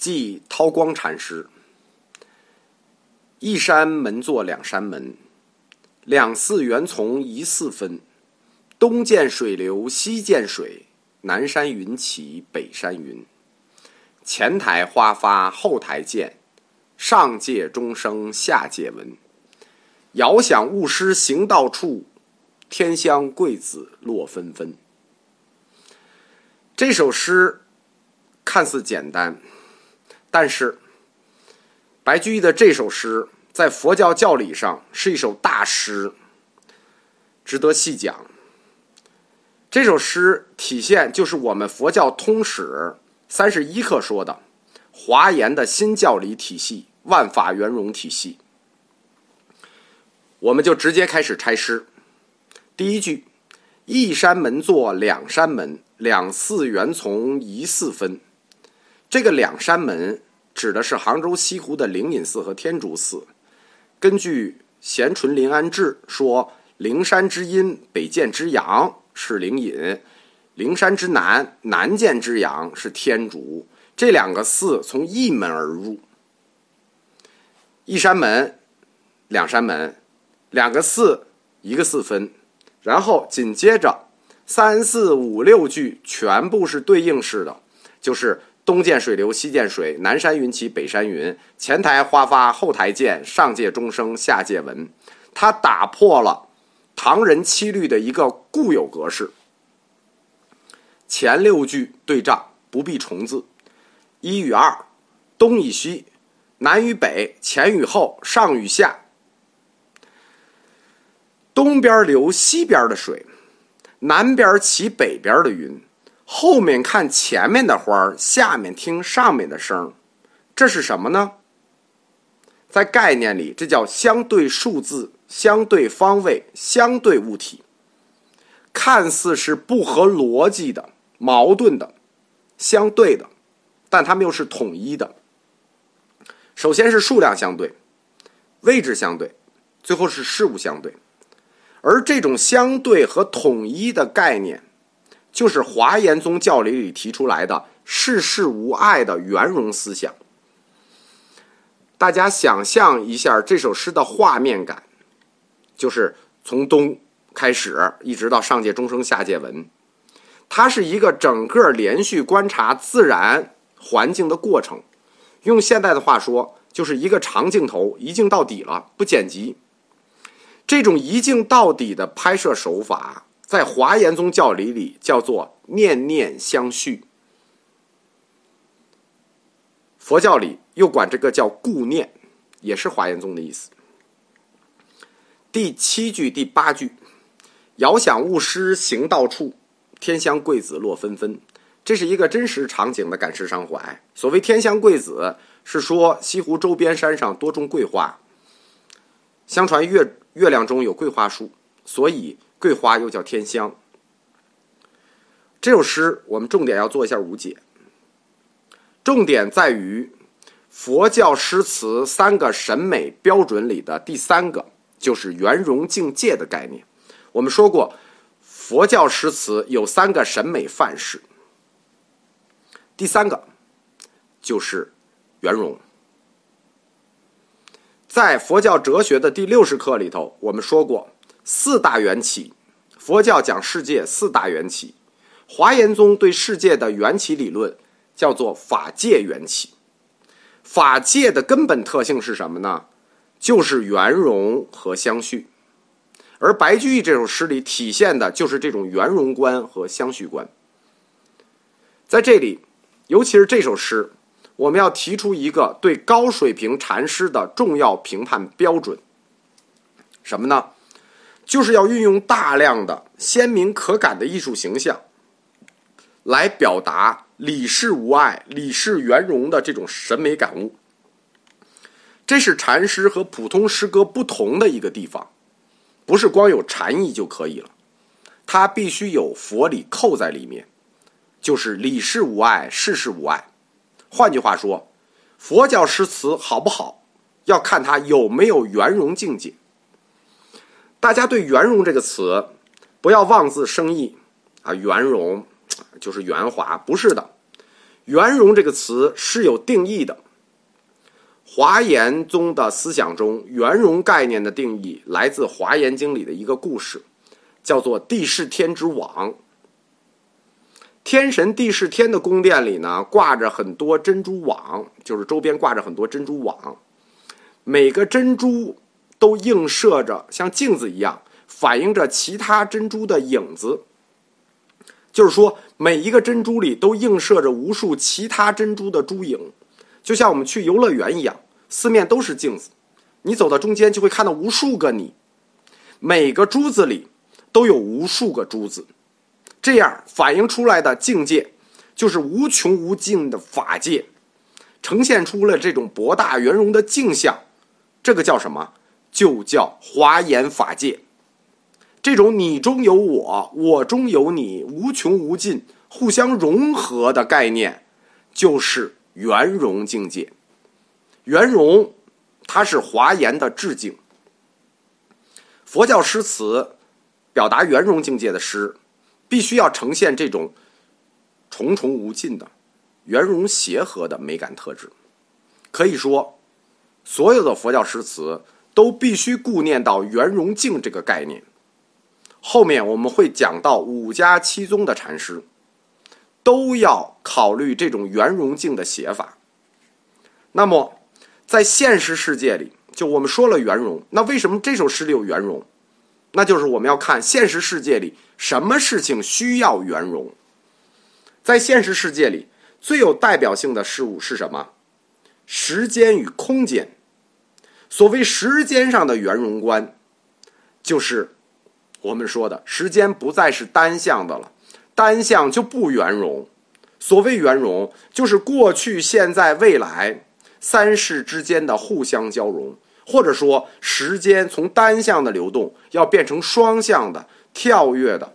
即韬光禅师。一山门作两山门，两寺圆从一寺分。东见水流西见水，南山云起北山云。前台花发后台见，上界钟声下界闻。遥想雾失行到处，天香桂子落纷纷。这首诗看似简单，但是白居易的这首诗在佛教教理上是一首大诗，值得细讲。这首诗体现就是我们佛教通史31课说的华严的新教理体系，万法圆融体系。我们就直接开始拆诗。第一句，一山门作两山门，两寺圆从一寺分。这个两山门指的是杭州西湖的灵隐寺和天竺寺。根据咸淳临安志说，灵山之阴，北见之阳是灵隐，灵山之南，南见之阳是天竺。这两个寺从一门而入。一山门，两山门，两个寺，一个寺分。然后紧接着3、4、5、6句全部是对应式的，就是东见水流西见水，南山云起北山云，前台花发后台见，上界钟声下界闻。它打破了唐人七律的一个固有格式。前6句对仗，不必重字。1与2，东与西，南与北，前与后，上与下。东边流西边的水，南边起北边的云，后面看前面的花，下面听上面的声，这是什么呢？在概念里，这叫相对数字、相对方位、相对物体，看似是不合逻辑的、矛盾的、相对的，但它们又是统一的。首先是数量相对，位置相对，最后是事物相对。而这种相对和统一的概念，就是华严宗教理里提出来的世事无碍的圆融思想。大家想象一下这首诗的画面感，就是从东开始一直到上界钟声下界闻，它是一个整个连续观察自然环境的过程。用现代的话说，就是一个长镜头，一镜到底了，不剪辑。这种一镜到底的拍摄手法，在华严宗教理里叫做念念相续，佛教里又管这个叫顾念，也是华严宗的意思。第7句、第8句，遥想雾失行到处，天香桂子落纷纷。这是一个真实场景的感世伤怀。所谓天香桂子，是说西湖周边山上多种桂花，相传月亮中有桂花树，所以桂花又叫天香。这首诗我们重点要做一下无解，重点在于佛教诗词3个审美标准里的第3个，就是圆融境界的概念。我们说过，佛教诗词有3个审美范式，第3个就是圆融。在佛教哲学的第60课里头，我们说过4大缘起，佛教讲世界4大缘起，华严宗对世界的缘起理论叫做法界缘起。法界的根本特性是什么呢？就是圆融和相续。而白居易这首诗里体现的就是这种圆融观和相续观。在这里，尤其是这首诗，我们要提出一个对高水平禅师的重要评判标准。什么呢？就是要运用大量的鲜明可感的艺术形象，来表达理事无碍、理事圆融的这种审美感悟。这是禅诗和普通诗歌不同的一个地方，不是光有禅意就可以了，它必须有佛理扣在里面，就是理事无碍、事事无碍。换句话说，佛教诗词好不好，要看它有没有圆融境界。大家对圆融这个词不要妄自生义啊，圆融就是圆滑，不是的。 圆融这个词是有定义的。华严宗的思想中，圆融概念的定义来自《华严经》里的一个故事，叫做地释天之网。天神地释天的宫殿里呢，挂着很多珍珠网，就是周边挂着很多珍珠网，每个珍珠都映射着像镜子一样，反映着其他珍珠的影子。就是说，每一个珍珠里都映射着无数其他珍珠的珠影，就像我们去游乐园一样，四面都是镜子，你走到中间就会看到无数个你，每个珠子里都有无数个珠子，这样反映出来的境界就是无穷无尽的法界，呈现出了这种博大圆融的镜像。这个叫什么？就叫华严法界。这种你中有我，我中有你，无穷无尽互相融合的概念，就是圆融境界。圆融它是华严的致敬。佛教诗词表达圆融境界的诗，必须要呈现这种重重无尽的圆融协和的美感特质。可以说，所有的佛教诗词都必须顾念到圆融境这个概念。后面我们会讲到五家七宗的禅师，都要考虑这种圆融境的写法。那么在现实世界里，就我们说了圆融，那为什么这首诗里有圆融？那就是我们要看现实世界里什么事情需要圆融。在现实世界里，最有代表性的事物是什么？时间与空间。所谓时间上的圆融观，就是我们说的时间不再是单向的了，单向就不圆融。所谓圆融，就是过去、现在、未来三世之间的互相交融，或者说时间从单向的流动要变成双向的跳跃的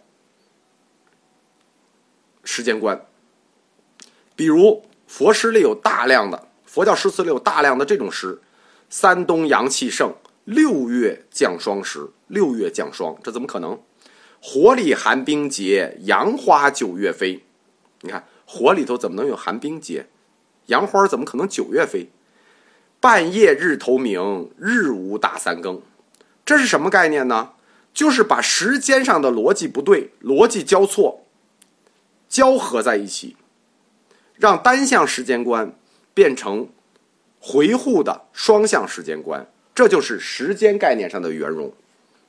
时间观。比如佛诗里有大量的佛教诗词里有大量的这种诗：山东阳气盛，6月降霜时。6月降霜，这怎么可能？火里寒冰结，杨花9月飞。你看火里头怎么能有寒冰结？杨花怎么可能9月飞？半夜日头明，日无打三更。这是什么概念呢？就是把时间上的逻辑不对、逻辑交错交合在一起，让单向时间观变成回护的双向时间观，这就是时间概念上的圆融。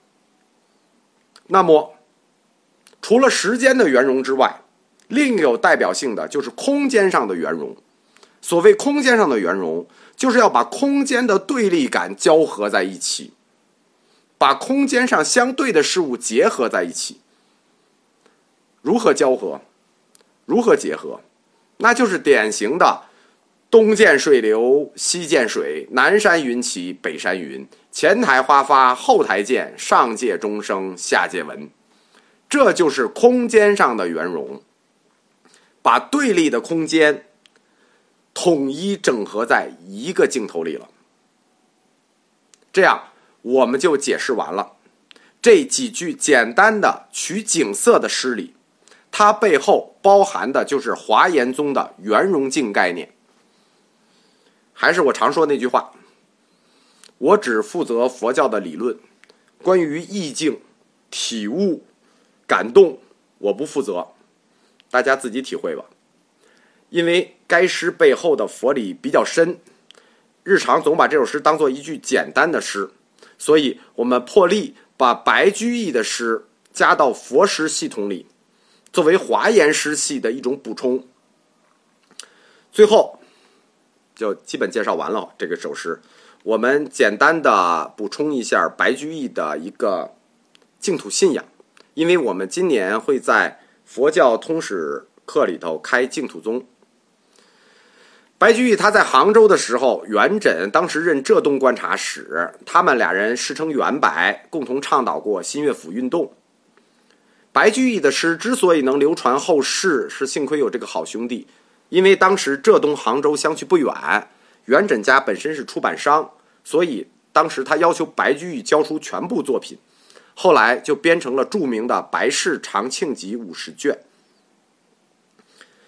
那么除了时间的圆融之外，另一个有代表性的就是空间上的圆融。所谓空间上的圆融，就是要把空间的对立感交合在一起，把空间上相对的事物结合在一起。如何交合？如何结合？那就是典型的东见水流，西见水，南山云起，北山云，前台花发，后台见，上界钟声，下界闻。这就是空间上的圆融，把对立的空间统一整合在一个镜头里了。这样我们就解释完了这几句简单的取景色的诗里，它背后包含的就是华严宗的圆融境概念。还是我常说那句话，我只负责佛教的理论，关于意境、体悟、感动，我不负责，大家自己体会吧。因为该诗背后的佛理比较深，日常总把这首诗当作一句简单的诗，所以我们破例把白居易的诗加到佛诗系统里，作为华严诗系的一种补充。最后就基本介绍完了这个首诗，我们简单的补充一下白居易的一个净土信仰。因为我们今年会在佛教通史课里头开净土宗。白居易他在杭州的时候，元稹当时任浙东观察使，他们俩人师承元白，共同倡导过新乐府运动。白居易的诗之所以能流传后世，是幸亏有这个好兄弟。因为当时浙东杭州相去不远，元稹家本身是出版商，所以当时他要求白居易交出全部作品，后来就编成了著名的《白氏长庆集》50卷。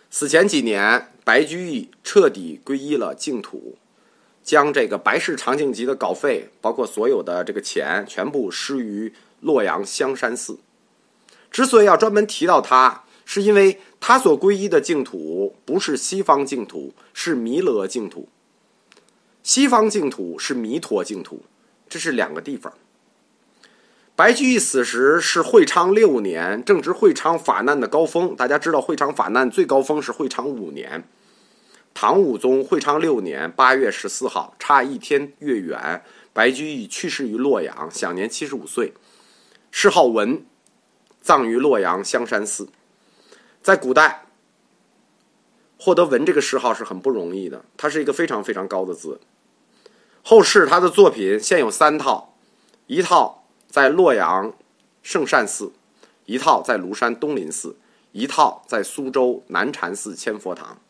死前几年，白居易彻底皈依了净土，将这个白氏长庆集的稿费，包括所有的这个钱，全部施于洛阳香山寺。之所以要专门提到他，是因为他所皈依的净土不是西方净土，是弥勒净土。西方净土是弥陀净土，这是两个地方。白居易死时是会昌6年，正值会昌法难的高峰。大家知道会昌法难最高峰是会昌5年，唐武宗会昌6年8月14号，差1天月圆，白居易去世于洛阳，享年75岁，谥号文，葬于洛阳香山寺。在古代，获得文这个谥号是很不容易的，它是一个非常非常高的字。后世他的作品现有3套，一套在洛阳圣善寺，一套在庐山东林寺，一套在苏州南禅寺千佛堂。